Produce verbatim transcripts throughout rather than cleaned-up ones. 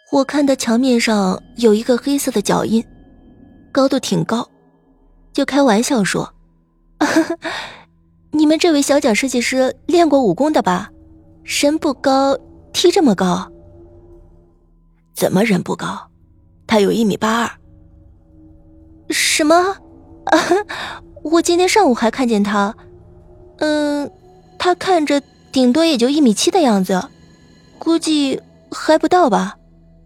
我看到墙面上有一个黑色的脚印，高度挺高，就开玩笑说你们这位小蒋设计师练过武功的吧？人不高踢这么高。 怎么人不高？他有一米八二。 什么？啊，我今天上午还看见他，嗯，他看着顶多也就一米七的样子，估计还不到吧。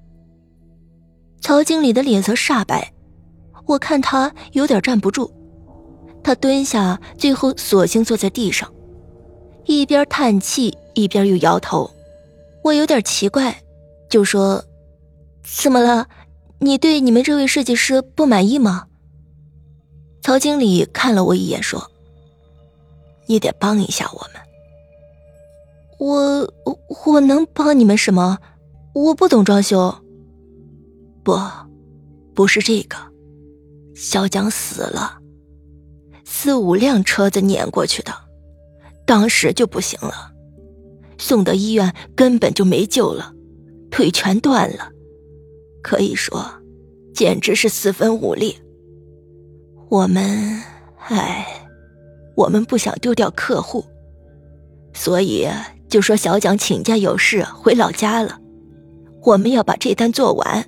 曹经理的脸色煞白，我看他有点站不住，他蹲下，最后索性坐在地上，一边叹气一边又摇头。我有点奇怪，就说：怎么了？你对你们这位设计师不满意吗？曹经理看了我一眼说： 你得帮一下我们。 我我能帮你们什么？我不懂装修。 不，不是这个，小蒋死了，四五辆车子碾过去的，当时就不行了，送到医院根本就没救了，腿全断了，可以说简直是四分五裂。我们唉我们不想丢掉客户，所以就说小蒋请假有事回老家了，我们要把这单做完。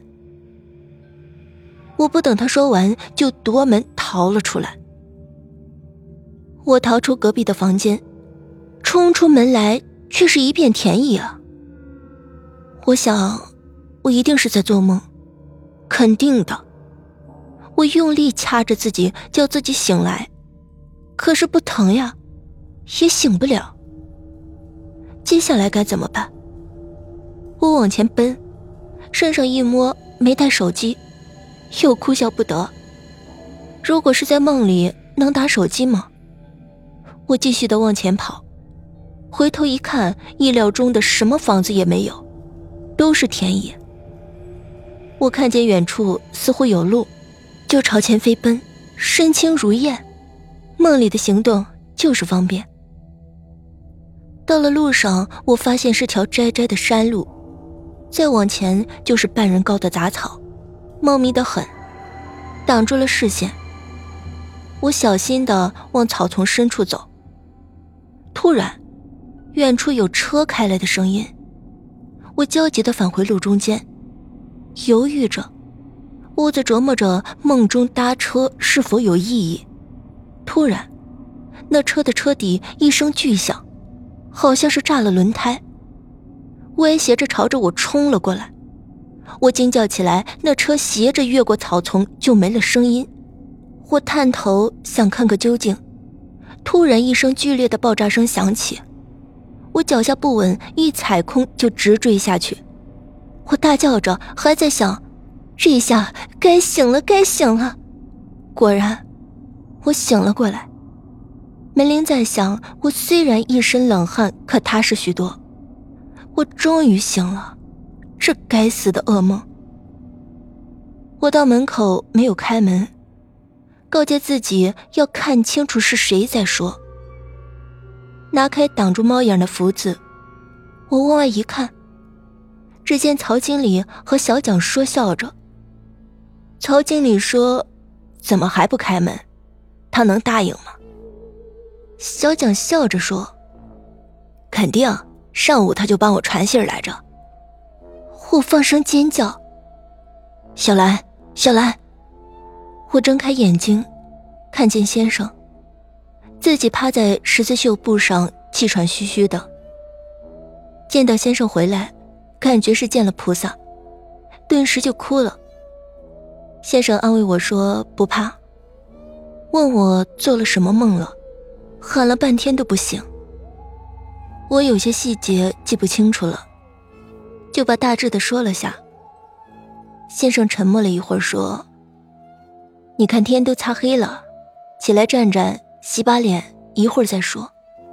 我不等他说完就夺门逃了出来。我逃出隔壁的房间，冲出门来却是一片田野啊。我想我一定是在做梦，肯定的。我用力掐着自己叫自己醒来，可是不疼呀，也醒不了。接下来该怎么办？我往前奔，身上一摸没带手机，又哭笑不得。如果是在梦里能打手机吗？我继续的往前跑，回头一看，意料中的什么房子也没有，都是田野。我看见远处似乎有路，就朝前飞奔，身轻如燕。梦里的行动就是方便。到了路上，我发现是条窄窄的山路，再往前就是半人高的杂草，茂密得很，挡住了视线。我小心地往草丛深处走，突然远处有车开来的声音，我焦急地返回路中间，犹豫着，我在琢磨着梦中搭车是否有意义。突然那车的车底一声巨响，好像是炸了轮胎，歪斜着朝着我冲了过来。我惊叫起来，那车斜着越过草丛就没了声音。我探头想看个究竟，突然一声剧烈的爆炸声响起，我脚下不稳，一踩空就直坠下去。我大叫着，还在想，这下该醒了该醒了。果然我醒了过来，门铃在响，我虽然一身冷汗，可踏实许多。我终于醒了，这该死的噩梦。我到门口没有开门，告诫自己要看清楚是谁在说。拿开挡住猫眼的福字，我往外一看，只见曹经理和小蒋说笑着。曹经理说： 怎么还不开门？他能答应吗？ 小蒋笑着说： 肯定，上午他就帮我传信来着。 我放声尖叫：小兰，小兰！我睁开眼睛，看见先生自己趴在十字绣布上，气喘吁吁的。见到先生回来，感觉是见了菩萨，顿时就哭了。先生安慰我说不怕，问我做了什么梦了，喊了半天都不醒。我有些细节记不清楚了，就把大致的说了下。先生沉默了一会儿说：你看天都擦黑了，起来站站，洗把脸，一会儿再说。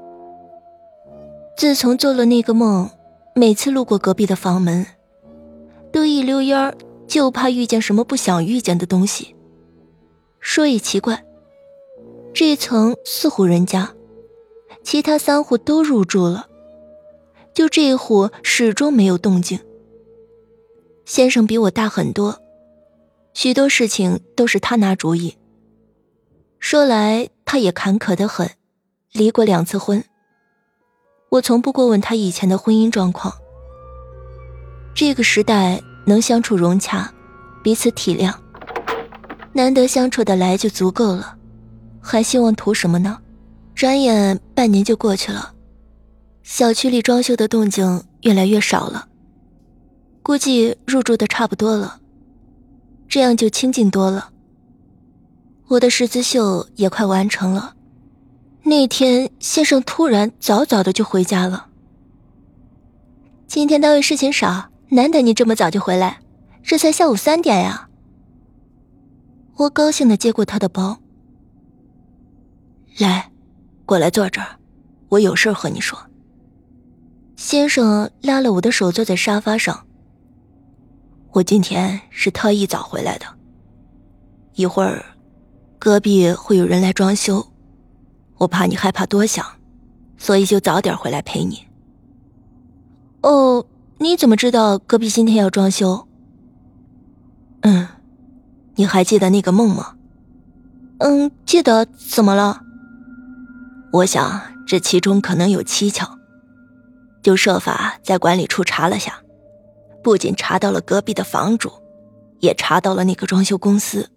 自从做了那个梦，每次路过隔壁的房门，都一溜烟儿，就怕遇见什么不想遇见的东西。说也奇怪，这层四户人家，其他三户都入住了，就这户始终没有动静。 先生比我大很多，许多事情都是他拿主意。说来他也坎坷得很，离过两次婚。我从不过问他以前的婚姻状况。这个时代能相处融洽，彼此体谅，难得相处得来就足够了，还希望图什么呢？转眼半年就过去了，小区里装修的动静越来越少了，估计入住的差不多了，这样就清静多了。我的十字绣也快完成了，那天先生突然早早的就回家了。今天单位事情少，难得你这么早就回来，这才下午三点呀。我高兴地接过他的包。 来，过来坐这儿，我有事和你说。 先生拉了我的手坐在沙发上。 我今天是特意早回来的，一会儿隔壁会有人来装修，我怕你害怕多想，所以就早点回来陪你。 哦，你怎么知道隔壁今天要装修？ 嗯，你还记得那个梦吗？ 嗯，记得。怎么了？ 我想这其中可能有蹊跷，就设法在管理处查了下，不仅查到了隔壁的房主，也查到了那个装修公司。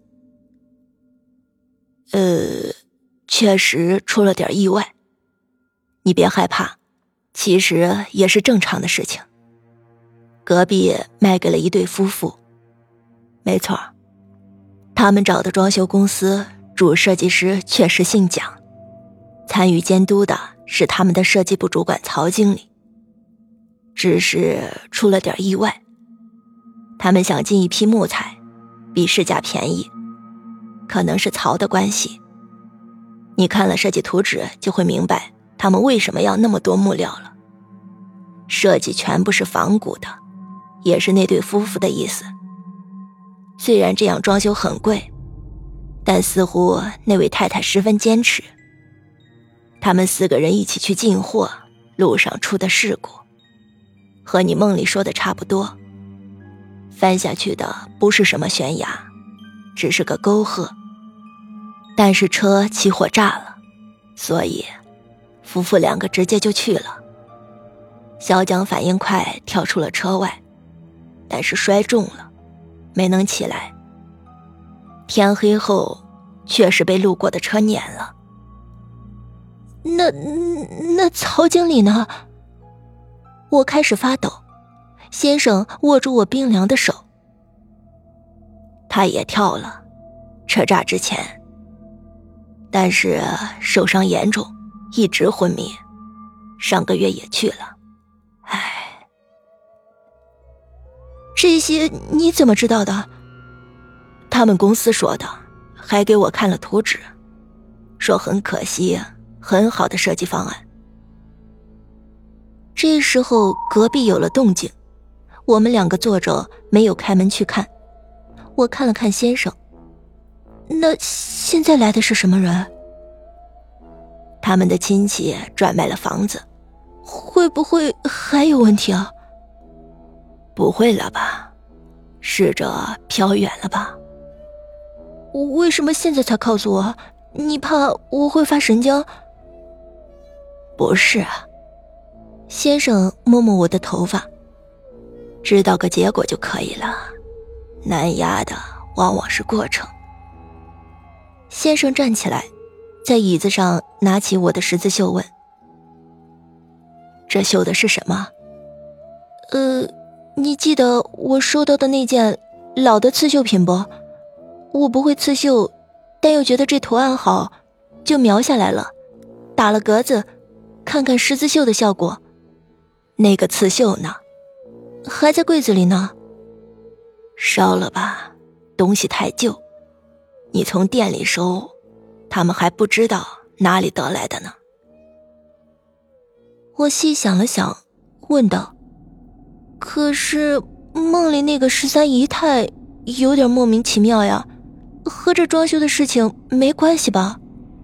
呃，确实出了点意外，你别害怕，其实也是正常的事情。隔壁卖给了一对夫妇，没错，他们找的装修公司主设计师确实姓蒋，参与监督的是他们的设计部主管曹经理。只是出了点意外，他们想进一批木材，比市价便宜，可能是曹的关系。你看了设计图纸就会明白他们为什么要那么多木料了。设计全部是仿古的，也是那对夫妇的意思。虽然这样装修很贵，但似乎那位太太十分坚持。他们四个人一起去进货，路上出的事故，和你梦里说的差不多。翻下去的不是什么悬崖，只是个沟壑，但是车起火炸了，所以夫妇两个直接就去了。小蒋反应快，跳出了车外，但是摔重了，没能起来。天黑后确实被路过的车碾了。 那那曹经理呢？我开始发抖，先生握住我冰凉的手。 他也跳了，车炸之前，但是受伤严重，一直昏迷，上个月也去了。唉， 这些你怎么知道的？ 他们公司说的，还给我看了图纸，说很可惜，很好的设计方案。 这时候隔壁有了动静，我们两个坐着没有开门去看。我看了看先生，那现在来的是什么人？ 他们的亲戚转卖了房子。 会不会还有问题啊？ 不会了吧，逝者飘远了吧。 为什么现在才告诉我？你怕我会发神经？ 不是啊。 先生摸摸我的头发， 知道个结果就可以了，难压的往往是过程。 先生站起来，在椅子上拿起我的十字绣问： 这绣的是什么？ 呃，你记得我收到的那件老的刺绣品不？我不会刺绣，但又觉得这图案好，就描下来了，打了格子，看看十字绣的效果。 那个刺绣呢？ 还在柜子里呢。 烧了吧，东西太旧，你从店里收，他们还不知道哪里得来的呢。 我细想了想，问道：可是梦里那个十三姨太有点莫名其妙呀，和这装修的事情没关系吧？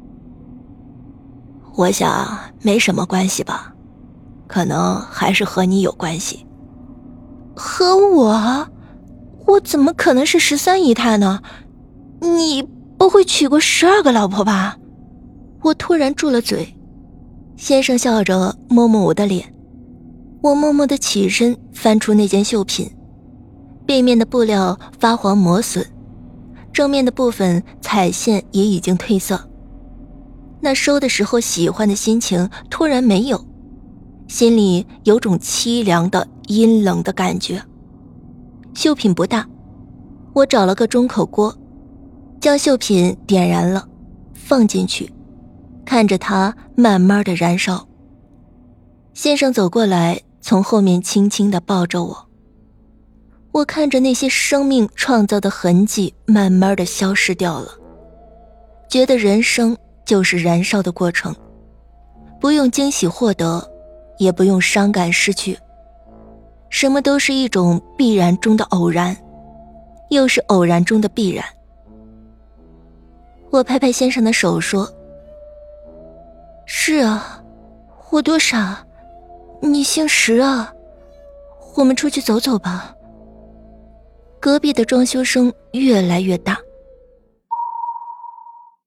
我想没什么关系吧，可能还是和你有关系。 和我？ 我怎么可能是十三姨太呢？你不会娶过十二个老婆吧？ 我突然住了嘴。先生笑着摸摸我的脸，我默默地起身翻出那件绣品，背面的布料发黄磨损，正面的部分彩线也已经褪色。那收的时候喜欢的心情突然没有，心里有种凄凉的阴冷的感觉。绣品不大，我找了个中口锅，将绣品点燃了，放进去，看着它慢慢的燃烧。先生走过来，从后面轻轻地抱着我。我看着那些生命创造的痕迹慢慢的消失掉了，觉得人生就是燃烧的过程，不用惊喜获得，也不用伤感失去，什么都是一种必然中的偶然，又是偶然中的必然。我拍拍先生的手说：是啊，我多傻，你姓石啊，我们出去走走吧。隔壁的装修声越来越大，